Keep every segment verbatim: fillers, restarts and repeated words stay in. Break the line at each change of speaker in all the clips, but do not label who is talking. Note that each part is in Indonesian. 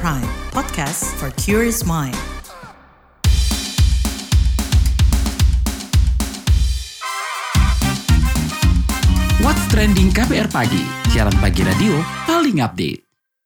Prime, podcast for curious mind.
What's Trending K B R Pagi, siaran pagi radio paling update.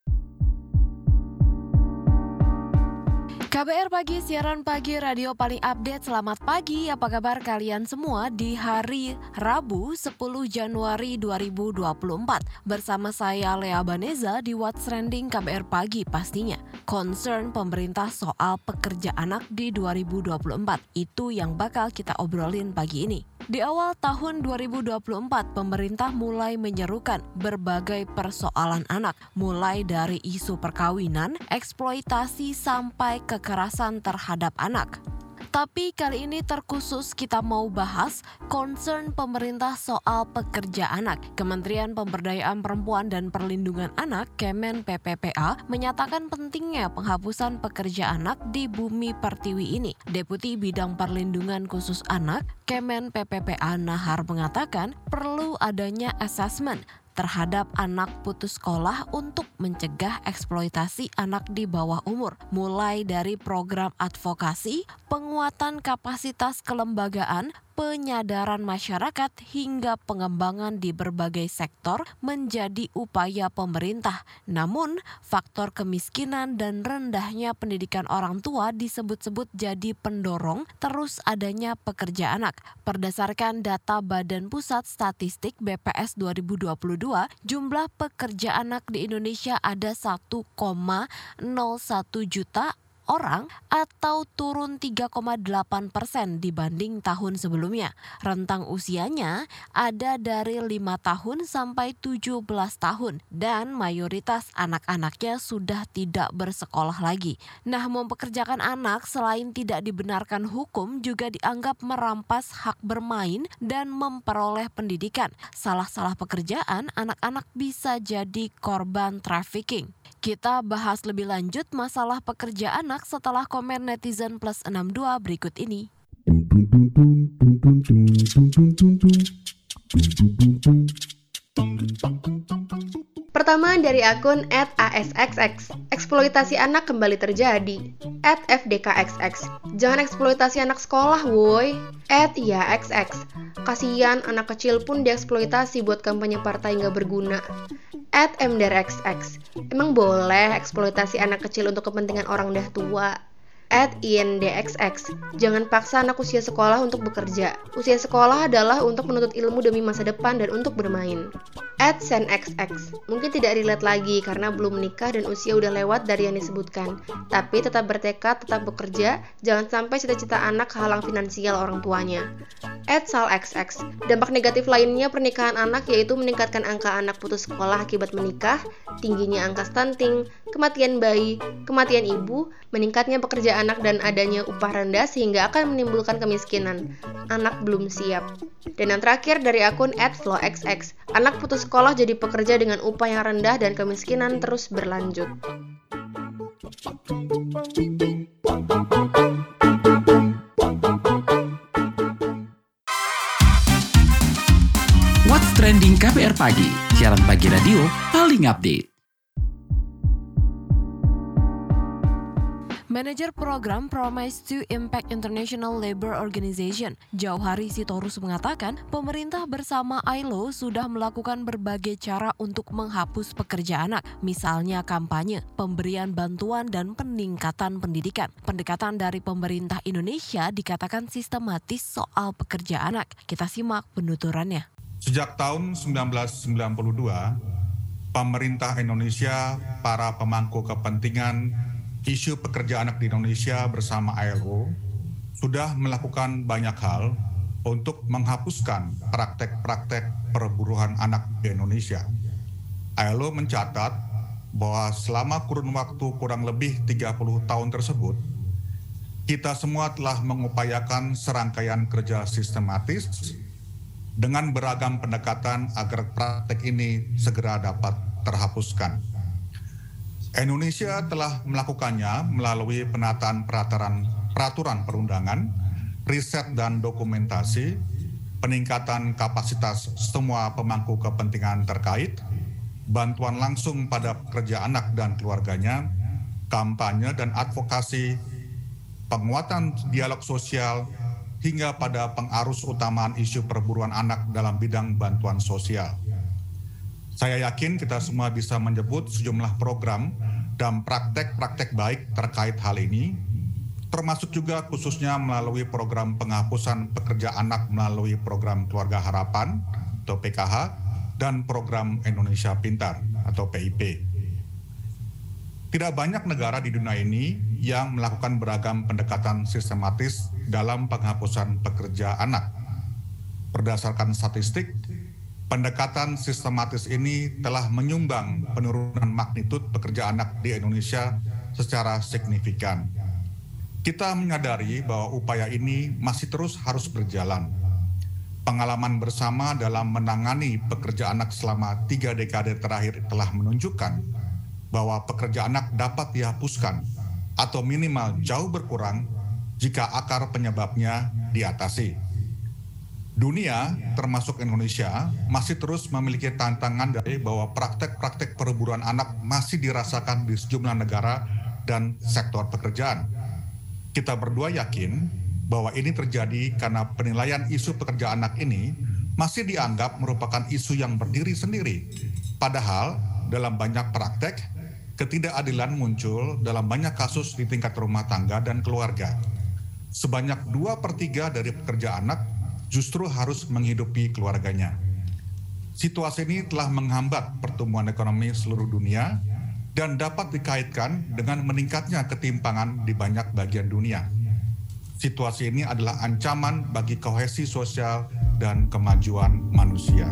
K B R Pagi, siaran pagi radio paling update. Selamat pagi, apa kabar kalian semua di hari Rabu sepuluh Januari dua ribu dua puluh empat. Bersama saya Lea Baneza di What's Trending K B R Pagi pastinya. Concern pemerintah soal pekerja anak di dua ribu dua puluh empat, itu yang bakal kita obrolin pagi ini. Di awal tahun dua ribu dua puluh empat, pemerintah mulai menyerukan berbagai persoalan anak, mulai dari isu perkawinan, eksploitasi, sampai kekerasan terhadap anak. Tapi kali ini terkhusus kita mau bahas concern pemerintah soal pekerja anak. Kementerian Pemberdayaan Perempuan dan Perlindungan Anak, Kemen P P P A, menyatakan pentingnya penghapusan pekerja anak di bumi pertiwi ini. Deputi Bidang Perlindungan Khusus Anak, Kemen P P P A Nahar mengatakan perlu adanya assessment terhadap anak putus sekolah untuk mencegah eksploitasi anak di bawah umur, mulai dari program advokasi, penguatan kapasitas kelembagaan, penyadaran masyarakat, hingga pengembangan di berbagai sektor menjadi upaya pemerintah. Namun, faktor kemiskinan dan rendahnya pendidikan orang tua disebut-sebut jadi pendorong terus adanya pekerja anak. Berdasarkan data Badan Pusat Statistik B P S dua ribu dua puluh dua, jumlah pekerja anak di Indonesia ada satu koma nol satu juta orang atau turun tiga koma delapan persen dibanding tahun sebelumnya. Rentang usianya ada dari lima tahun sampai tujuh belas tahun dan mayoritas anak-anaknya sudah tidak bersekolah lagi. Nah, mempekerjakan anak selain tidak dibenarkan hukum juga dianggap merampas hak bermain dan memperoleh pendidikan. Salah-salah pekerjaan, anak-anak bisa jadi korban trafficking. Kita bahas lebih lanjut masalah pekerja anak setelah komen netizen plus enam dua berikut ini.
Pertama dari akun et a s x x, eksploitasi anak kembali terjadi. et f d k x x, jangan eksploitasi anak sekolah woi. et ya x x, kasihan anak kecil pun dieksploitasi buat kampanye partai nggak berguna. et m d r x x, emang boleh eksploitasi anak kecil untuk kepentingan orang dah tua. et i n d x x, jangan paksa anak usia sekolah untuk bekerja. Usia sekolah adalah untuk menuntut ilmu demi masa depan dan untuk bermain. et sen x x, mungkin tidak relate lagi karena belum menikah dan usia udah lewat dari yang disebutkan. Tapi tetap bertekad, tetap bekerja, jangan sampai cita-cita anak halang finansial orang tuanya. et sal x x, dampak negatif lainnya pernikahan anak yaitu meningkatkan angka anak putus sekolah akibat menikah, tingginya angka stunting, kematian bayi, kematian ibu, meningkatnya pekerjaan anak dan adanya upah rendah sehingga akan menimbulkan kemiskinan. Anak belum siap. Dan yang terakhir dari akun et flow x x, anak putus sekolah jadi pekerja dengan upah yang rendah dan kemiskinan terus berlanjut.
What's Trending K B R Pagi, siaran pagi radio paling update.
Manajer program Promise to Impact International Labour Organization, Jauhari Sitorus mengatakan pemerintah bersama I L O sudah melakukan berbagai cara untuk menghapus pekerja anak, misalnya kampanye, pemberian bantuan dan peningkatan pendidikan. Pendekatan dari pemerintah Indonesia dikatakan sistematis soal pekerja anak. Kita simak penuturannya.
Sejak tahun seribu sembilan ratus sembilan puluh dua, pemerintah Indonesia, para pemangku kepentingan isu pekerja anak di Indonesia bersama I L O sudah melakukan banyak hal untuk menghapuskan praktek-praktek perburuan anak di Indonesia. I L O mencatat bahwa selama kurun waktu kurang lebih tiga puluh tahun tersebut, kita semua telah mengupayakan serangkaian kerja sistematis dengan beragam pendekatan agar praktek ini segera dapat terhapuskan. Indonesia telah melakukannya melalui penataan peraturan, peraturan perundangan, riset dan dokumentasi, peningkatan kapasitas semua pemangku kepentingan terkait, bantuan langsung pada pekerja anak dan keluarganya, kampanye dan advokasi, penguatan dialog sosial, hingga pada pengarus utamaan isu perburuan anak dalam bidang bantuan sosial. Saya yakin kita semua bisa menyebut sejumlah program dan praktek-praktek baik terkait hal ini, termasuk juga khususnya melalui program penghapusan pekerja anak melalui program Keluarga Harapan atau P K H dan program Indonesia Pintar atau P I P. Tidak banyak negara di dunia ini yang melakukan beragam pendekatan sistematis dalam penghapusan pekerja anak. Berdasarkan statistik, pendekatan sistematis ini telah menyumbang penurunan magnitud pekerja anak di Indonesia secara signifikan. Kita menyadari bahwa upaya ini masih terus harus berjalan. Pengalaman bersama dalam menangani pekerja anak selama tiga dekade terakhir telah menunjukkan bahwa pekerja anak dapat dihapuskan atau minimal jauh berkurang jika akar penyebabnya diatasi. Dunia, termasuk Indonesia, masih terus memiliki tantangan dari bahwa praktek-praktek perburuan anak masih dirasakan di sejumlah negara dan sektor pekerjaan. Kita berdua yakin bahwa ini terjadi karena penilaian isu pekerja anak ini masih dianggap merupakan isu yang berdiri sendiri. Padahal dalam banyak praktek, ketidakadilan muncul dalam banyak kasus di tingkat rumah tangga dan keluarga. Sebanyak dua per tiga dari pekerja anak justru harus menghidupi keluarganya. Situasi ini telah menghambat pertumbuhan ekonomi seluruh dunia dan dapat dikaitkan dengan meningkatnya ketimpangan di banyak bagian dunia. Situasi ini adalah ancaman bagi kohesi sosial dan kemajuan manusia.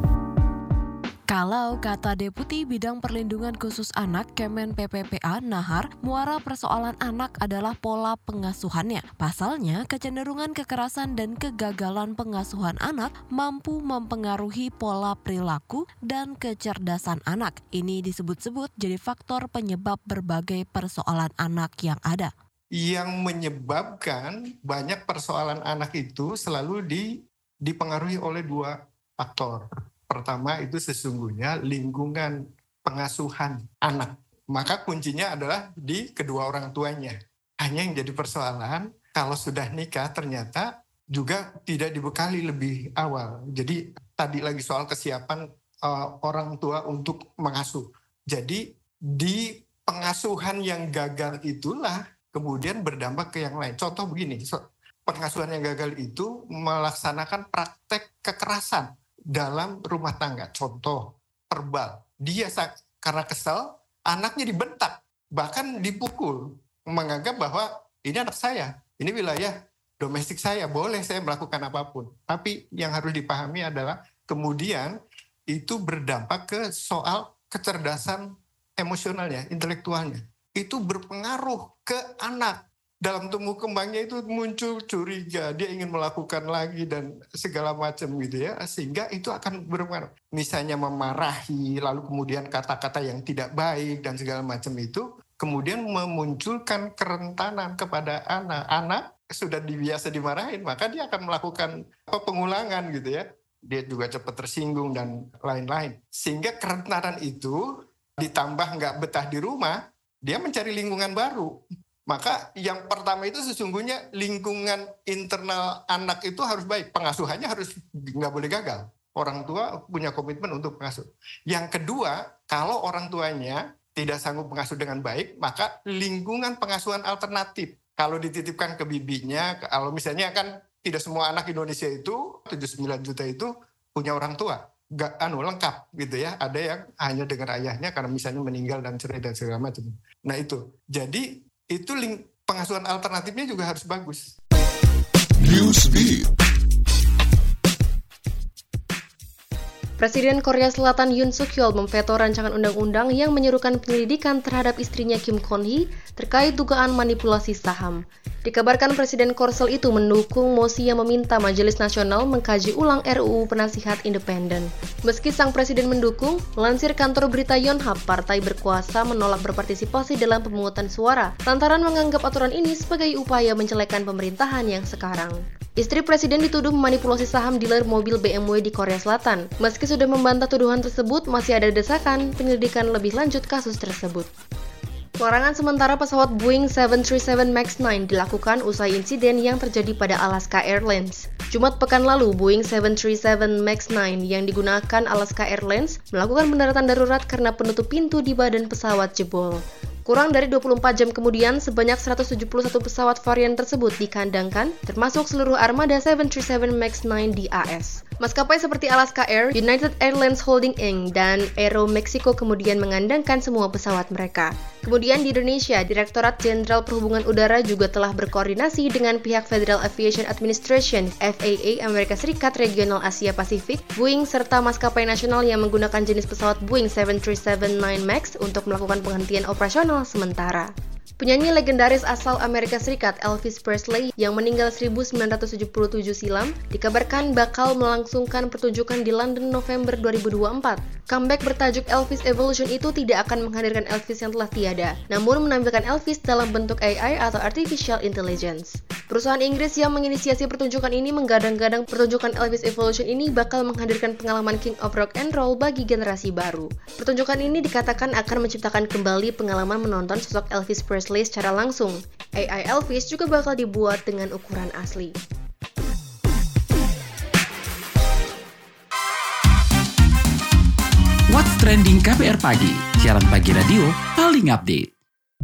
Kalau kata Deputi Bidang Perlindungan Khusus Anak Kemen P P P A Nahar, muara persoalan anak adalah pola pengasuhannya. Pasalnya, kecenderungan kekerasan dan kegagalan pengasuhan anak mampu mempengaruhi pola perilaku dan kecerdasan anak. Ini disebut-sebut jadi faktor penyebab berbagai persoalan anak yang ada.
Yang menyebabkan banyak persoalan anak itu selalu di, dipengaruhi oleh dua faktor. Pertama itu sesungguhnya lingkungan pengasuhan anak. Maka kuncinya adalah di kedua orang tuanya. Hanya yang jadi persoalan, kalau sudah nikah ternyata juga tidak dibekali lebih awal. Jadi tadi lagi soal kesiapan uh, orang tua untuk mengasuh. Jadi di pengasuhan yang gagal itulah kemudian berdampak ke yang lain. Contoh begini, pengasuhan yang gagal itu melaksanakan praktek kekerasan dalam rumah tangga. Contoh, verbal. Dia karena kesel, anaknya dibentak, bahkan dipukul. Menganggap bahwa ini anak saya, ini wilayah domestik saya, boleh saya melakukan apapun. Tapi yang harus dipahami adalah kemudian itu berdampak ke soal kecerdasan emosionalnya, intelektualnya. Itu berpengaruh ke anak. Dalam tumbuh kembangnya itu muncul curiga, dia ingin melakukan lagi dan segala macam gitu ya, sehingga itu akan berpengaruh. Misalnya memarahi, lalu kemudian kata-kata yang tidak baik dan segala macam itu, kemudian memunculkan kerentanan kepada anak. Anak sudah biasa dimarahin, maka dia akan melakukan pengulangan gitu ya. Dia juga cepat tersinggung dan lain-lain. Sehingga kerentanan itu ditambah nggak betah di rumah, dia mencari lingkungan baru. Maka yang pertama itu sesungguhnya lingkungan internal anak itu harus baik. Pengasuhannya harus nggak boleh gagal. Orang tua punya komitmen untuk pengasuh. Yang kedua, kalau orang tuanya tidak sanggup mengasuh dengan baik, maka lingkungan pengasuhan alternatif. Kalau dititipkan ke bibinya, kalau misalnya kan tidak semua anak Indonesia itu, tujuh puluh sembilan juta itu punya orang tua. Gak, anu, lengkap gitu ya. Ada yang hanya dengan ayahnya karena misalnya meninggal dan cerai dan segala macam. Nah itu. Jadi itu link pengasuhan alternatifnya juga harus bagus.
Newsbeat.
Presiden Korea Selatan Yoon Suk Yeol memveto rancangan undang-undang yang menyerukan penyelidikan terhadap istrinya Kim Kon Hee terkait dugaan manipulasi saham. Dikabarkan Presiden Korsel itu mendukung mosi yang meminta Majelis Nasional mengkaji ulang R U U Penasihat Independen. Meski sang presiden mendukung, melansir kantor berita Yonhap, partai berkuasa menolak berpartisipasi dalam pemungutan suara lantaran menganggap aturan ini sebagai upaya menjelekan pemerintahan yang sekarang. Istri presiden dituduh memanipulasi saham dealer mobil B M W di Korea Selatan. Meski sudah membantah tuduhan tersebut, masih ada desakan penyelidikan lebih lanjut kasus tersebut. Pelarangan sementara pesawat Boeing tujuh tiga tujuh Max sembilan dilakukan usai insiden yang terjadi pada Alaska Airlines. Jumat pekan lalu, Boeing tujuh tiga tujuh Max sembilan yang digunakan Alaska Airlines melakukan pendaratan darurat karena penutup pintu di badan pesawat jebol. Kurang dari dua puluh empat jam kemudian, sebanyak seratus tujuh puluh satu pesawat varian tersebut dikandangkan, termasuk seluruh armada tujuh tiga tujuh Max sembilan di A S. Maskapai seperti Alaska Air, United Airlines Holdings Incorporated, dan Aeromexico kemudian mengandangkan semua pesawat mereka. Kemudian di Indonesia, Direktorat Jenderal Perhubungan Udara juga telah berkoordinasi dengan pihak Federal Aviation Administration F A A Amerika Serikat Regional Asia Pasifik, Boeing, serta maskapai nasional yang menggunakan jenis pesawat Boeing tujuh tiga tujuh sembilan Max untuk melakukan penghentian operasional sementara. Penyanyi legendaris asal Amerika Serikat Elvis Presley yang meninggal seribu sembilan ratus tujuh puluh tujuh silam dikabarkan bakal melangsungkan pertunjukan di London November dua ribu dua puluh empat. Comeback bertajuk Elvis Evolution itu tidak akan menghadirkan Elvis yang telah tiada, namun menampilkan Elvis dalam bentuk A I atau Artificial Intelligence. Perusahaan Inggris yang menginisiasi pertunjukan ini menggadang-gadang pertunjukan Elvis Evolution ini bakal menghadirkan pengalaman King of Rock and Roll bagi generasi baru. Pertunjukan ini dikatakan akan menciptakan kembali pengalaman menonton sosok Elvis Presley secara langsung. A I Elvis juga bakal dibuat dengan ukuran asli.
What's Trending K P R Pagi, siaran pagi radio paling update.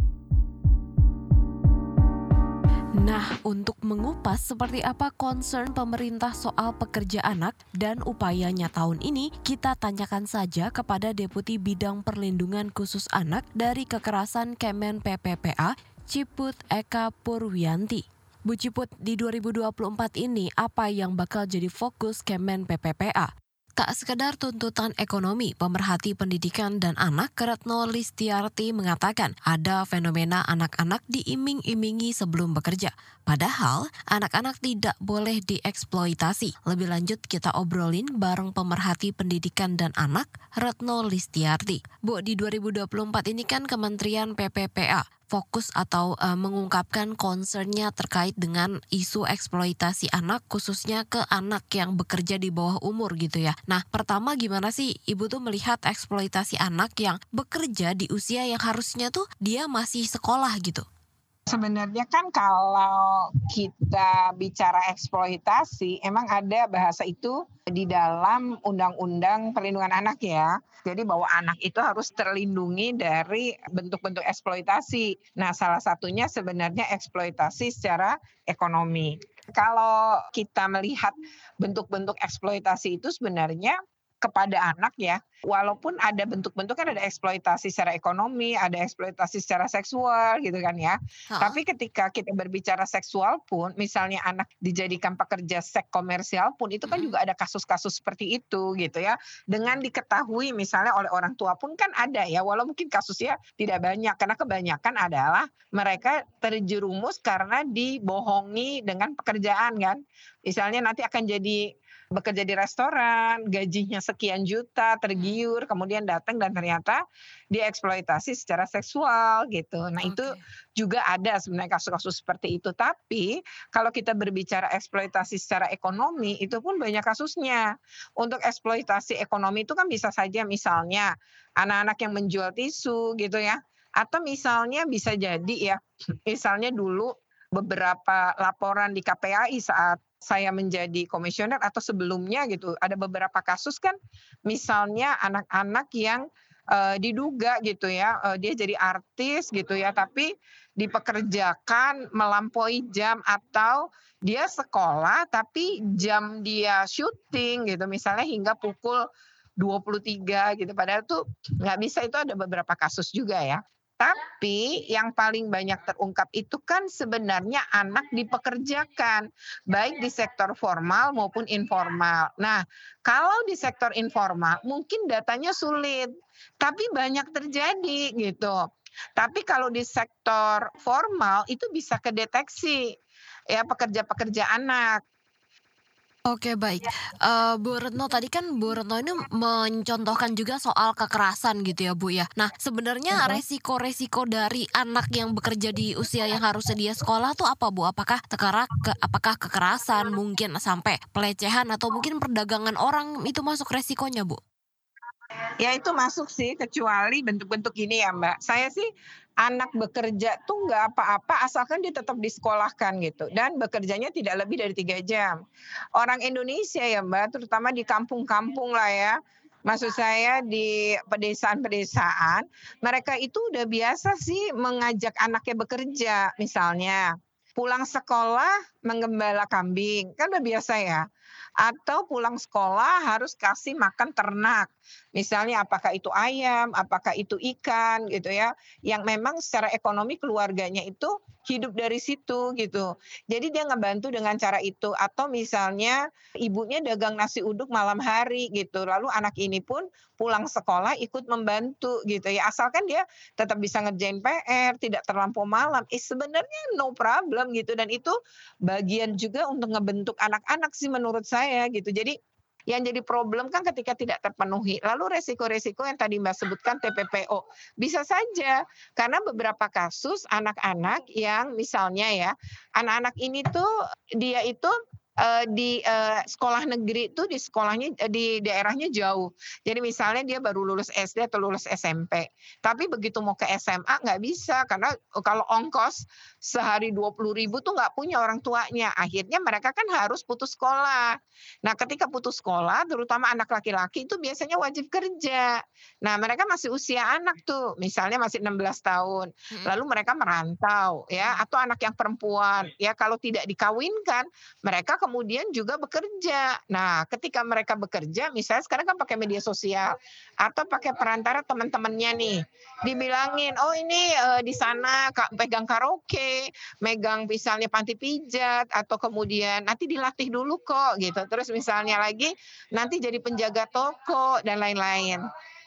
Nah, untuk mengupas seperti apa concern pemerintah soal pekerja anak dan upayanya tahun ini, kita tanyakan saja kepada Deputi Bidang Perlindungan Khusus Anak dari Kekerasan Kemen P P P A, Ciput Eka Purwianti. Bu Ciput, di dua ribu dua puluh empat ini apa yang bakal jadi fokus Kemen P P P A? Tak sekedar tuntutan ekonomi, pemerhati pendidikan dan anak, Retno Listiarti mengatakan ada fenomena anak-anak diiming-imingi sebelum bekerja. Padahal, anak-anak tidak boleh dieksploitasi. Lebih lanjut kita obrolin bareng pemerhati pendidikan dan anak, Retno Listiarti. Bu, di dua ribu dua puluh empat ini kan Kementerian P P P A fokus atau uh, mengungkapkan concern-nya terkait dengan isu eksploitasi anak, khususnya ke anak yang bekerja di bawah umur gitu ya. Nah, pertama gimana sih Ibu tuh melihat eksploitasi anak yang bekerja di usia yang harusnya tuh dia masih sekolah gitu?
Sebenarnya kan kalau kita bicara eksploitasi, emang ada bahasa itu di dalam Undang-Undang Perlindungan Anak ya. Jadi bahwa anak itu harus terlindungi dari bentuk-bentuk eksploitasi. Nah, salah satunya sebenarnya eksploitasi secara ekonomi. Kalau kita melihat bentuk-bentuk eksploitasi itu sebenarnya kepada anak ya, walaupun ada bentuk-bentuk kan ada eksploitasi secara ekonomi, ada eksploitasi secara seksual gitu kan ya.
Ha?
Tapi ketika kita berbicara seksual pun, misalnya anak dijadikan pekerja seks komersial pun, itu kan
Mhm.
juga ada kasus-kasus seperti itu gitu ya. Dengan diketahui misalnya oleh orang tua pun kan ada ya, walau mungkin kasusnya tidak banyak, karena kebanyakan adalah mereka terjerumus karena dibohongi dengan pekerjaan kan. Misalnya nanti akan jadi bekerja di restoran, gajinya sekian juta, tergiur, kemudian datang dan ternyata dieksploitasi secara seksual gitu. Nah, itu
Oke.
juga ada sebenarnya kasus-kasus seperti itu. Tapi kalau kita berbicara eksploitasi secara ekonomi, itu pun banyak kasusnya. Untuk eksploitasi ekonomi itu kan bisa saja misalnya anak-anak yang menjual tisu gitu ya. Atau misalnya bisa jadi ya, misalnya dulu beberapa laporan di K P A I saat saya menjadi komisioner atau sebelumnya gitu, ada beberapa kasus kan misalnya anak-anak yang eh, diduga gitu ya, eh, dia jadi artis gitu ya, tapi dipekerjakan melampaui jam, atau dia sekolah tapi jam dia syuting gitu misalnya hingga pukul dua puluh tiga gitu, padahal tuh nggak bisa. Itu ada beberapa kasus juga ya. Tapi yang paling banyak terungkap itu kan sebenarnya anak dipekerjakan, baik di sektor formal maupun informal. Nah, kalau di sektor informal mungkin datanya sulit, tapi banyak terjadi gitu. Tapi kalau di sektor formal itu bisa kedeteksi ya pekerja-pekerja anak.
Oke, baik. Eh, Bu Retno tadi kan Bu Retno ini mencontohkan juga soal kekerasan gitu ya Bu ya. Nah, sebenarnya
Mhm.
resiko-resiko dari anak yang bekerja di usia yang harusnya dia sekolah tuh apa Bu? Apakah tekara, ke, apakah kekerasan, mungkin sampai pelecehan atau mungkin perdagangan orang itu masuk resikonya Bu?
Ya itu masuk sih, kecuali bentuk-bentuk gini ya Mbak. Saya sih anak bekerja tuh nggak apa-apa asalkan dia tetap disekolahkan gitu dan bekerjanya tidak lebih dari tiga jam. Orang Indonesia ya Mbak, terutama di kampung-kampung lah ya, maksud saya di pedesaan-pedesaan, mereka itu udah biasa sih mengajak anaknya bekerja. Misalnya pulang sekolah menggembala kambing, kan udah biasa ya. Atau pulang sekolah harus kasih makan ternak. Misalnya apakah itu ayam, apakah itu ikan gitu ya, yang memang secara ekonomi keluarganya itu hidup dari situ gitu. Jadi dia ngebantu dengan cara itu atau misalnya ibunya dagang nasi uduk malam hari gitu. Lalu anak ini pun pulang sekolah ikut membantu gitu ya. Asalkan dia tetap bisa ngerjain P R, tidak terlampau malam. Eh sebenarnya no problem gitu dan itu bagian juga untuk ngebentuk anak-anak sih menurut saya gitu. Jadi yang jadi problem kan ketika tidak terpenuhi. Lalu resiko-resiko yang tadi Mbak sebutkan T P P O. Bisa saja karena beberapa kasus anak-anak yang misalnya ya, anak-anak ini tuh dia itu eee, di, eee, sekolah negeri itu di sekolahnya eee, di daerahnya jauh. Jadi misalnya dia baru lulus S D atau lulus S M P, tapi begitu mau ke S M A nggak bisa karena e kalau ongkos sehari dua puluh ribu tuh nggak punya orang tuanya. Akhirnya mereka kan harus putus sekolah. Nah, ketika putus sekolah, terutama anak laki-laki itu biasanya wajib kerja. Nah, mereka masih usia anak tuh, misalnya masih enam belas tahun,
Mhm.
lalu mereka merantau ya,
Mhm.
atau anak yang perempuan, ya kalau tidak dikawinkan, mereka kemudian juga bekerja. Nah, ketika mereka bekerja, misalnya sekarang kan pakai media sosial atau pakai perantara teman-temannya nih, dibilangin, "Oh ini, eee, di sana ka pegang karaoke, megang misalnya panti pijat, atau kemudian nanti dilatih dulu kok," gitu. Terus misalnya lagi, nanti jadi penjaga toko dan lain-lain.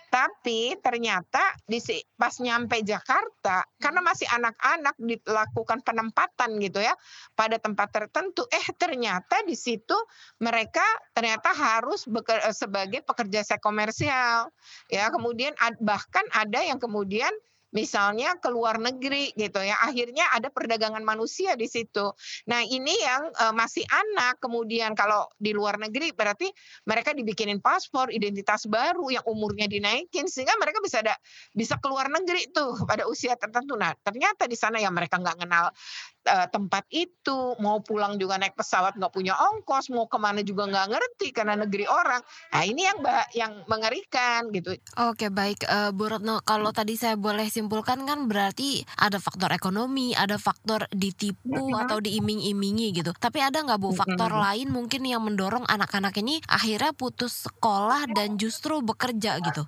Tapi ternyata di si pas nyampe Jakarta, karena
Mhm.
masih anak-anak dilakukan penempatan gitu ya, pada tempat tertentu, eh ternyata di situ mereka ternyata harus beke eee, sebagai pekerja seks komersial, ya. Kemudian ad bahkan ada yang kemudian misalnya ke luar negeri gitu ya, akhirnya ada perdagangan manusia di situ. Nah ini yang, eee, masih anak, kemudian kalau di luar negeri berarti mereka dibikinin paspor, identitas baru yang umurnya dinaikin, sehingga mereka bisa da bisa ke luar negeri tuh pada usia tertentu. Nah, ternyata di sana ya mereka nggak kenal, eee, tempat itu, mau pulang juga naik pesawat nggak punya ongkos, mau ke mana juga nggak ngerti karena negeri orang. Nah ini yang ba yang mengerikan gitu.
Oke baik, eee, Bu Retno, kalau tadi saya boleh simpulkan kan berarti ada faktor ekonomi, ada faktor ditipu
Mhm,
atau diiming-imingi gitu. Tapi ada nggak Bu faktor
mhm.
lain mungkin yang mendorong anak-anak ini akhirnya putus sekolah dan justru bekerja gitu?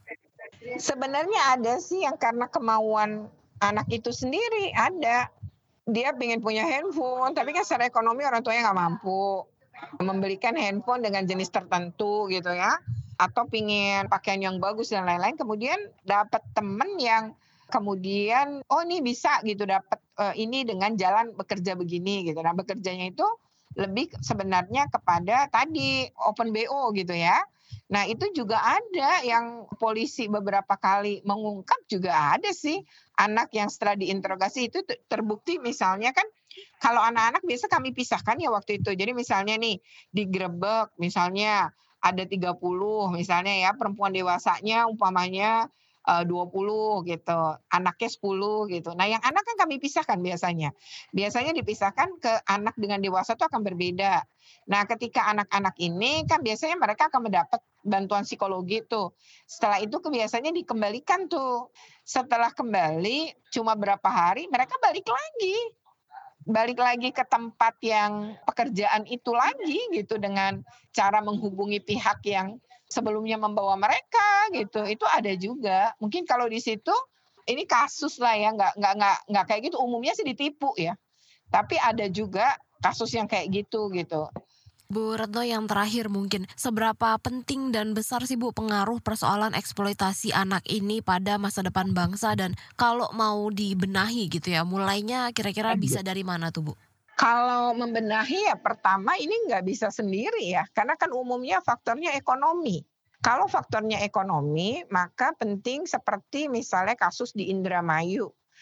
Sebenarnya ada sih yang karena kemauan anak itu sendiri, ada. Dia pengen punya handphone, tapi kan secara ekonomi orang tuanya nggak mampu membelikan handphone dengan jenis tertentu gitu ya, atau pengen pakaian yang bagus dan lain-lain, kemudian dapat temen yang kemudian, "Oh ini bisa gitu dapat, eee, ini dengan jalan bekerja begini," gitu. Nah bekerjanya itu lebih sebenarnya kepada tadi, open B O gitu ya. Nah itu juga ada yang polisi beberapa kali mengungkap juga ada sih, anak yang setelah diinterogasi itu te terbukti misalnya kan, kalau anak-anak biasa kami pisahkan ya waktu itu. Jadi misalnya nih, digerebek misalnya ada tiga puluh misalnya ya, perempuan dewasanya umpamanya, eee, dua puluh gitu, anaknya sepuluh gitu. Nah yang anak kan kami pisahkan biasanya. Biasanya dipisahkan ke anak dengan dewasa itu akan berbeda. Nah ketika anak-anak ini kan biasanya mereka akan mendapat bantuan psikologi tuh. Setelah itu ke biasanya dikembalikan tuh. Setelah kembali cuma berapa hari mereka balik lagi. Balik lagi ke tempat yang pekerjaan itu lagi gitu dengan cara menghubungi pihak yang sebelumnya membawa mereka gitu, itu ada juga. Mungkin kalau di situ ini kasus lah ya, nggak nggak nggak nggak kayak gitu, umumnya sih ditipu ya, tapi ada juga kasus yang kayak gitu, gitu.
Bu Retno yang terakhir mungkin, seberapa penting dan besar sih Bu pengaruh persoalan eksploitasi anak ini pada masa depan bangsa dan kalau mau dibenahi gitu ya, mulainya kira-kira bisa dari mana tuh Bu?
Kalau membenahi ya pertama ini nggak bisa sendiri ya, karena kan umumnya faktornya ekonomi. Kalau faktornya ekonomi, maka penting seperti misalnya kasus di Indramayu.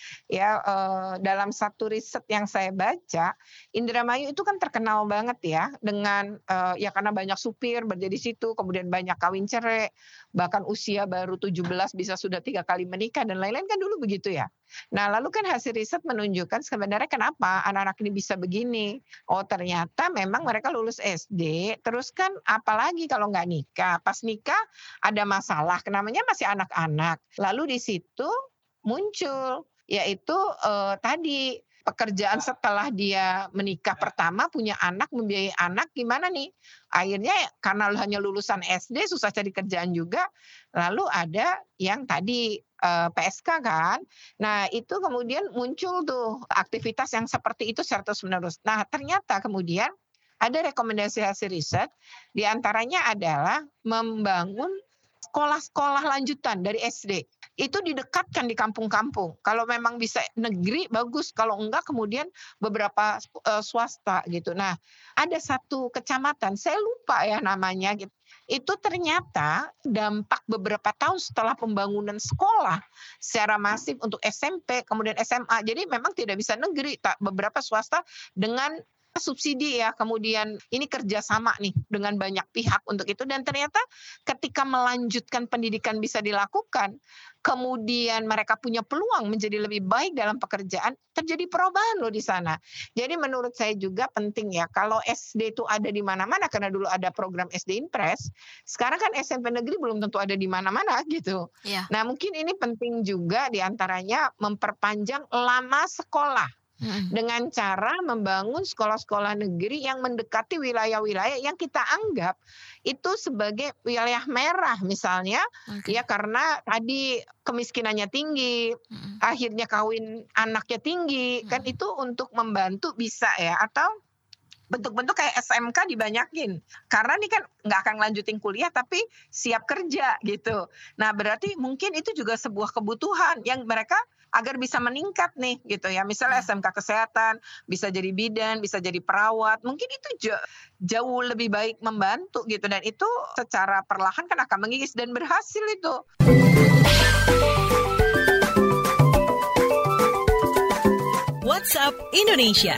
ya eh, dalam satu riset yang saya baca, Indramayu itu kan terkenal banget ya dengan eh, ya karena banyak supir berada di situ, kemudian banyak kawin cerai, bahkan usia baru tujuh belas bisa sudah tiga kali menikah dan lain-lain kan dulu begitu ya. Nah, lalu kan hasil riset menunjukkan sebenarnya kenapa anak-anak ini bisa begini. Oh, ternyata memang mereka lulus S D, terus kan apalagi kalau nggak nikah. Pas nikah ada masalah, namanya masih anak-anak. Lalu di situ muncul, yaitu eh, tadi pekerjaan setelah dia menikah pertama, punya anak, membiayai anak, gimana nih? Akhirnya karena hanya lulusan S D, susah cari kerjaan juga. Lalu ada yang tadi eh, P S K kan. Nah itu kemudian muncul tuh aktivitas yang seperti itu secara terus-menerus. Nah ternyata kemudian ada rekomendasi hasil riset, diantaranya adalah membangun sekolah-sekolah lanjutan dari S D. Itu didekatkan di kampung-kampung. Kalau memang bisa negeri bagus, kalau enggak kemudian beberapa uh, swasta gitu. Nah, ada satu kecamatan, saya lupa ya namanya gitu. Itu ternyata dampak beberapa tahun setelah pembangunan sekolah secara masif untuk S M P, kemudian S M A. Jadi memang tidak bisa negeri, tak beberapa swasta dengan subsidi ya, kemudian ini kerjasama nih dengan banyak pihak untuk itu, dan ternyata ketika melanjutkan pendidikan bisa dilakukan, kemudian mereka punya peluang menjadi lebih baik dalam pekerjaan, terjadi perubahan loh di sana. Jadi menurut saya juga penting ya, kalau S D itu ada di mana-mana, karena dulu ada program S D Impres, sekarang kan S M P negeri belum tentu ada di mana-mana gitu.
Ya.
Nah mungkin ini penting juga diantaranya memperpanjang lama sekolah. Dengan cara membangun sekolah-sekolah negeri yang mendekati wilayah-wilayah yang kita anggap itu sebagai wilayah merah misalnya,
Okay.
ya karena tadi kemiskinannya tinggi,
Mm-mm.
akhirnya kawin anaknya tinggi, kan itu untuk membantu bisa ya, atau bentuk-bentuk kayak S M K dibanyakin. Karena ini kan nggak akan lanjutin kuliah tapi siap kerja gitu. Nah berarti mungkin itu juga sebuah kebutuhan yang mereka agar bisa meningkat nih gitu ya. Misalnya S M K kesehatan, bisa jadi bidan, bisa jadi perawat. Mungkin itu jauh lebih baik membantu gitu. Dan itu secara perlahan kan akan mengikis dan berhasil itu.
WhatsApp Indonesia.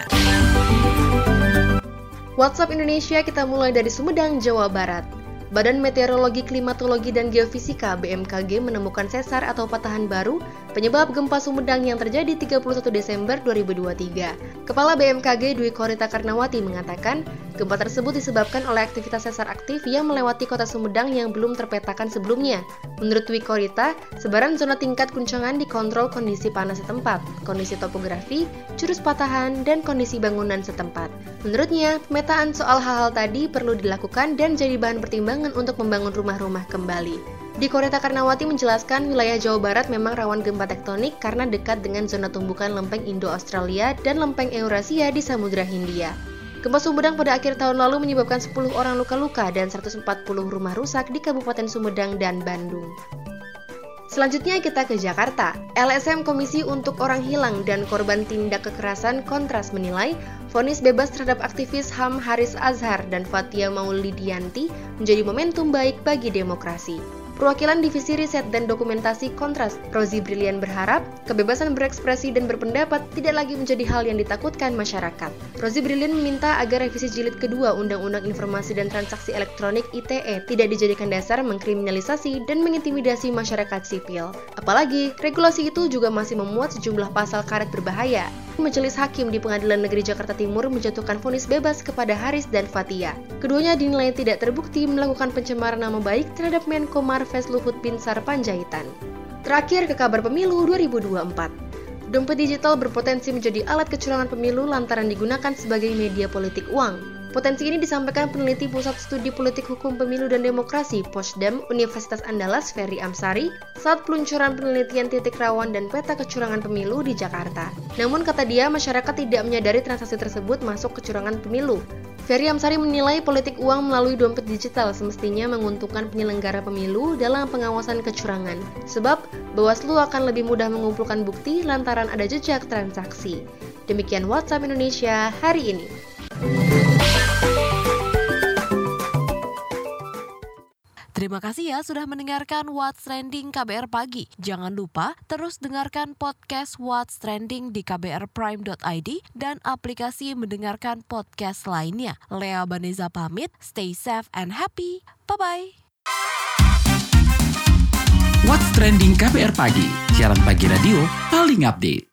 WhatsApp Indonesia kita mulai dari Sumedang, Jawa Barat. Badan Meteorologi, Klimatologi, dan Geofisika B M K G menemukan sesar atau patahan baru penyebab gempa Sumedang yang terjadi tiga puluh satu Desember dua ribu dua puluh tiga. Kepala B M K G Dwi Korita Karnawati mengatakan, gempa tersebut disebabkan oleh aktivitas sesar aktif yang melewati kota Sumedang yang belum terpetakan sebelumnya. Menurut Dwi Korita, sebaran zona tingkat guncangan dikontrol kondisi panas setempat, kondisi topografi, jurus patahan, dan kondisi bangunan setempat. Menurutnya, pemetaan soal hal-hal tadi perlu dilakukan dan jadi bahan pertimbangan untuk membangun rumah-rumah kembali. Di Korita Karnawati menjelaskan wilayah Jawa Barat memang rawan gempa tektonik karena dekat dengan zona tumbukan lempeng Indo-Australia dan lempeng Eurasia di Samudra Hindia. Gempa Sumedang pada akhir tahun lalu menyebabkan sepuluh orang luka-luka dan seratus empat puluh rumah rusak di Kabupaten Sumedang dan Bandung. Selanjutnya kita ke Jakarta. L S M Komisi untuk Orang Hilang dan Korban Tindak Kekerasan Kontras menilai vonis bebas terhadap aktivis H A M Haris Azhar dan Fathia Maulidiyanti menjadi momentum baik bagi demokrasi. Perwakilan Divisi Riset dan Dokumentasi Kontras, Rozi Brilian berharap kebebasan berekspresi dan berpendapat tidak lagi menjadi hal yang ditakutkan masyarakat. Rozi Brilian meminta agar revisi jilid kedua Undang-Undang Informasi dan Transaksi Elektronik I T E tidak dijadikan dasar mengkriminalisasi dan mengintimidasi masyarakat sipil. Apalagi, regulasi itu juga masih memuat sejumlah pasal karet berbahaya. Majelis Hakim di Pengadilan Negeri Jakarta Timur menjatuhkan vonis bebas kepada Haris dan Fathia. Keduanya dinilai tidak terbukti melakukan pencemaran nama baik terhadap Menko Marves Luhut Binsar Panjaitan. Terakhir ke kabar pemilu dua ribu dua puluh empat. Dompet digital berpotensi menjadi alat kecurangan pemilu lantaran digunakan sebagai media politik uang. Potensi ini disampaikan peneliti Pusat Studi Politik Hukum Pemilu dan Demokrasi Posdem Universitas Andalas Ferry Amsari saat peluncuran penelitian titik rawan dan peta kecurangan pemilu di Jakarta. Namun kata dia, masyarakat tidak menyadari transaksi tersebut masuk kecurangan pemilu. Ferry Amsari menilai politik uang melalui dompet digital semestinya menguntungkan penyelenggara pemilu dalam pengawasan kecurangan, sebab Bawaslu akan lebih mudah mengumpulkan bukti lantaran ada jejak transaksi. Demikian WhatsApp Indonesia hari ini.
Terima kasih ya sudah mendengarkan What's Trending K B R Pagi. Jangan lupa terus dengarkan podcast What's Trending di k b r prime dot i d dan aplikasi mendengarkan podcast lainnya. Lea Baneza pamit, stay safe and happy. Bye-bye.
What's Trending K B R Pagi, siaran pagi radio paling update.